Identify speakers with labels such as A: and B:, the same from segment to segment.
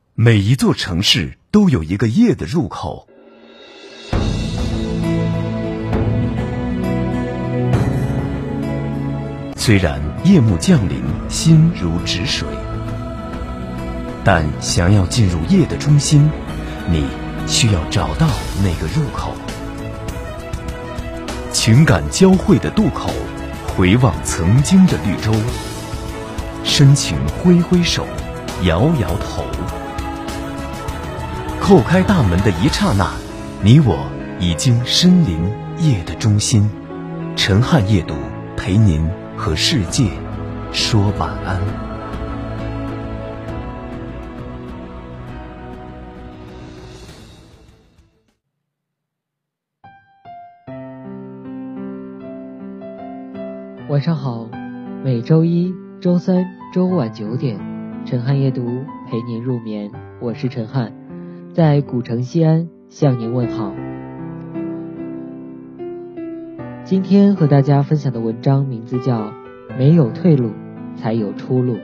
A: 每一座城市都有一个夜的入口。虽然夜幕降临，心如止水，但想要进入夜的中心，你需要找到那个入口。情感交汇的渡口，回望曾经的绿洲，深情挥挥手，摇摇头。叩开大门的一刹那，你我已经身临夜的中心。陈汉夜读，陪您和世界说晚安。
B: 晚上好，每周一、周三、周五晚9点，陈汉夜读陪您入眠，我是陈汉，在古城西安向您问好。今天和大家分享的文章名字叫《没有退路，才有出路》。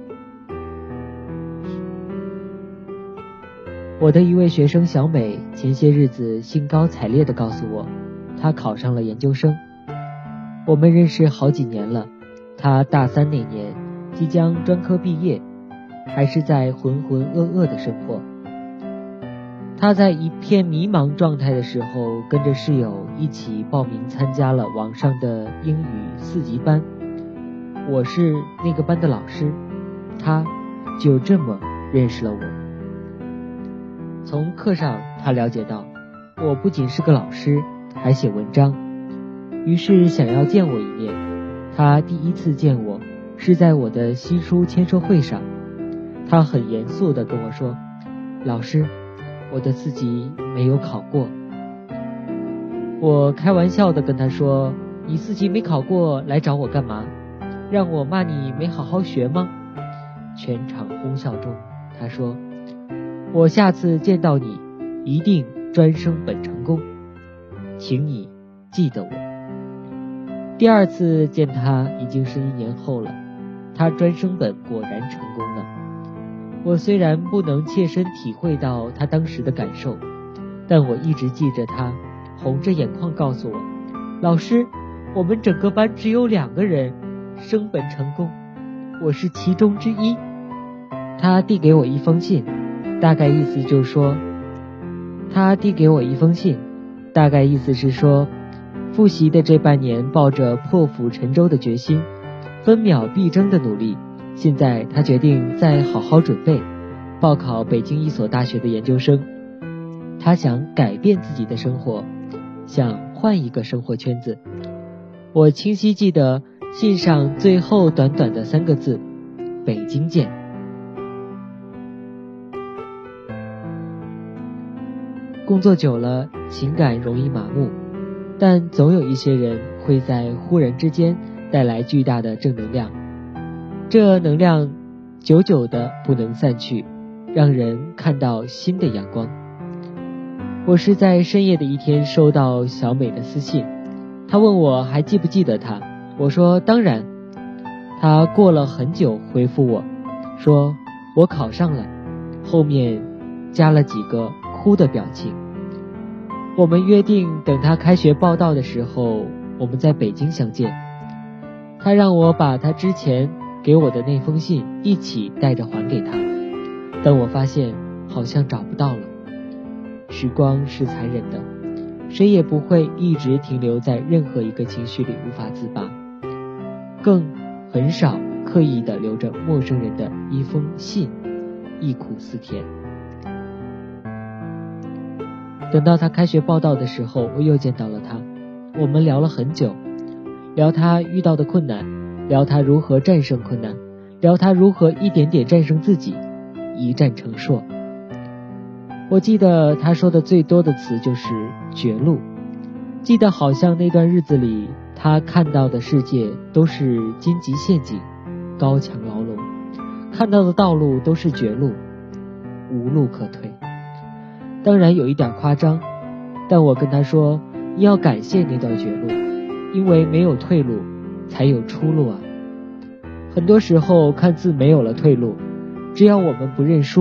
B: 我的一位学生小美前些日子兴高采烈地告诉我，她考上了研究生。我们认识好几年了，她大3那年即将专科毕业，还是在浑浑噩噩的生活。她在一片迷茫状态的时候，跟着室友一起报名参加了网上的英语4级班。我是那个班的老师，她就这么认识了我。从课上她了解到，我不仅是个老师，还写文章，于是想要见我一面。她第一次见我是在我的新书签售会上，她很严肃地跟我说，老师，我的4级没有考过。我开玩笑地跟他说，你4级没考过来找我干嘛？让我骂你没好好学吗？全场哄笑中，他说，我下次见到你一定专升本成功，请你记得我。第2次见他已经是1年后了，他专升本果然成功了。我虽然不能切身体会到他当时的感受，但我一直记着他红着眼眶告诉我，老师，我们整个班只有2个人升本成功，我是其中之一。他递给我一封信，大概意思是说，复习的这半年抱着破釜沉舟的决心，分秒必争的努力，现在他决定再好好准备，报考北京一所大学的研究生。他想改变自己的生活，想换一个生活圈子。我清晰记得信上最后短短的3个字，北京见。工作久了，情感容易麻木，但总有一些人会在忽然之间带来巨大的正能量，这能量久久的不能散去，让人看到新的阳光。我是在深夜的一天收到小美的私信，她问我还记不记得她，我说当然。她过了很久回复我，说我考上了，后面加了几个哭的表情。我们约定等她开学报到的时候，我们在北京相见。她让我把她之前给我的那封信一起带着还给她，但我发现好像找不到了。时光是残忍的，谁也不会一直停留在任何一个情绪里无法自拔，更很少刻意地留着陌生人的一封信，忆苦思甜。等到他开学报到的时候，我又见到了他，我们聊了很久，聊他遇到的困难，聊他如何战胜困难，聊他如何一点点战胜自己，一战成硕。我记得他说的最多的词就是绝路，记得好像那段日子里，他看到的世界都是荆棘陷阱，高墙牢笼，看到的道路都是绝路，无路可退。当然有一点夸张，但我跟他说，你要感谢那段绝路，因为没有退路，才有出路啊。很多时候看似没有了退路，只要我们不认输，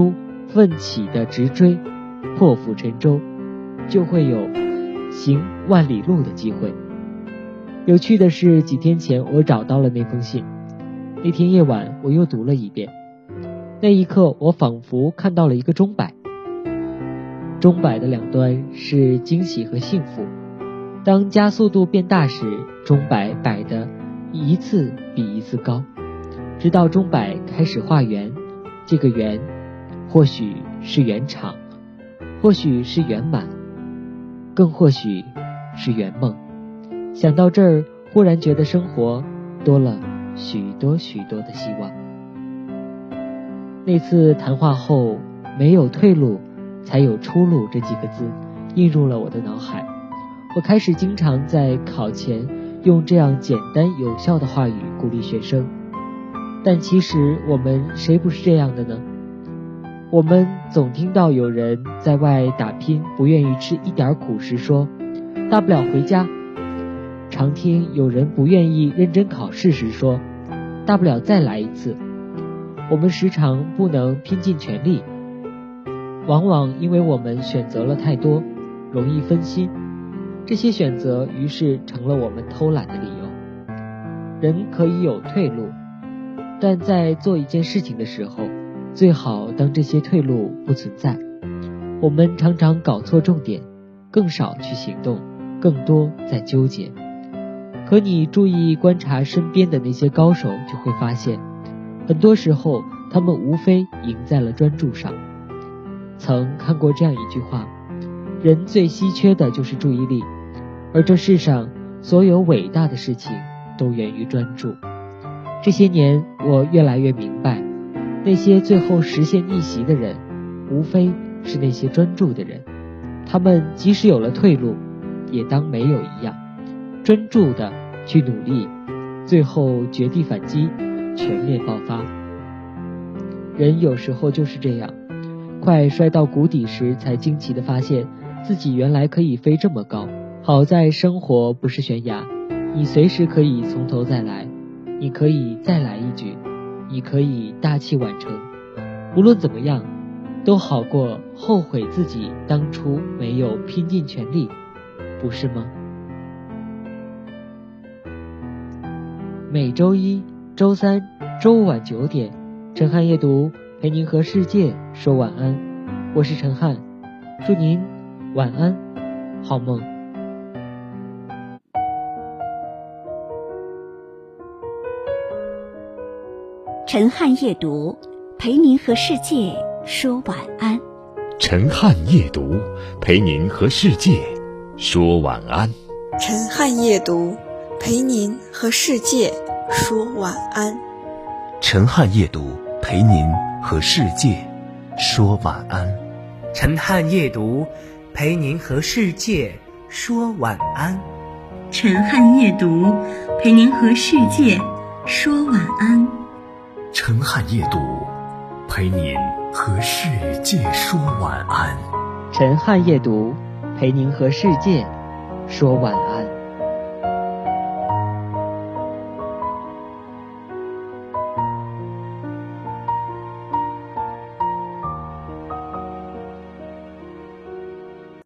B: 奋起的直追，破釜沉舟，就会有行万里路的机会。有趣的是，几天前我找到了那封信，那天夜晚我又读了一遍。那一刻，我仿佛看到了一个钟摆，钟摆的两端是惊喜和幸福。当加速度变大时，钟摆摆得一次比一次高，直到钟摆开始画圆。这个圆或许是圆场，或许是圆满，更或许是圆梦。想到这儿，忽然觉得生活多了许多许多的希望。那次谈话后，没有退路才有出路这几个字映入了我的脑海。我开始经常在考前用这样简单有效的话语鼓励学生，但其实我们谁不是这样的呢？我们总听到有人在外打拼不愿意吃一点苦时说，大不了回家；常听有人不愿意认真考试时说，大不了再来一次。我们时常不能拼尽全力，往往因为我们选择了太多，容易分心。这些选择于是成了我们偷懒的理由。人可以有退路，但在做一件事情的时候，最好当这些退路不存在。我们常常搞错重点，更少去行动，更多在纠结。可你注意观察身边的那些高手，就会发现很多时候他们无非赢在了专注上。曾看过这样一句话，人最稀缺的就是注意力，而这世上所有伟大的事情都源于专注。这些年我越来越明白，那些最后实现逆袭的人，无非是那些专注的人。他们即使有了退路，也当没有一样，专注的去努力，最后绝地反击，全面爆发。人有时候就是这样，快摔到谷底时才惊奇地发现自己原来可以飞这么高。好在生活不是悬崖，你随时可以从头再来，你可以再来一局，你可以大器晚成。无论怎么样，都好过后悔自己当初没有拼尽全力，不是吗？每周一、周三、周五晚9点，陈汉夜读陪您和世界说晚安。我是陈汉，祝您晚安，好梦。
C: 陈汉夜读陪您和世界说晚安。
A: 陈汉夜读陪您和世界说晚安。
D: 陈汉夜读陪您和世界说晚安。
A: 陈汉夜读陪您和世界说晚安。
E: 陈汉夜读陪您和世界说晚安。
F: 陈汉夜读陪您和世界说晚安。
A: 陈汉夜读陪您和世界说晚安。
B: 陈汉夜读陪您和世界说晚安。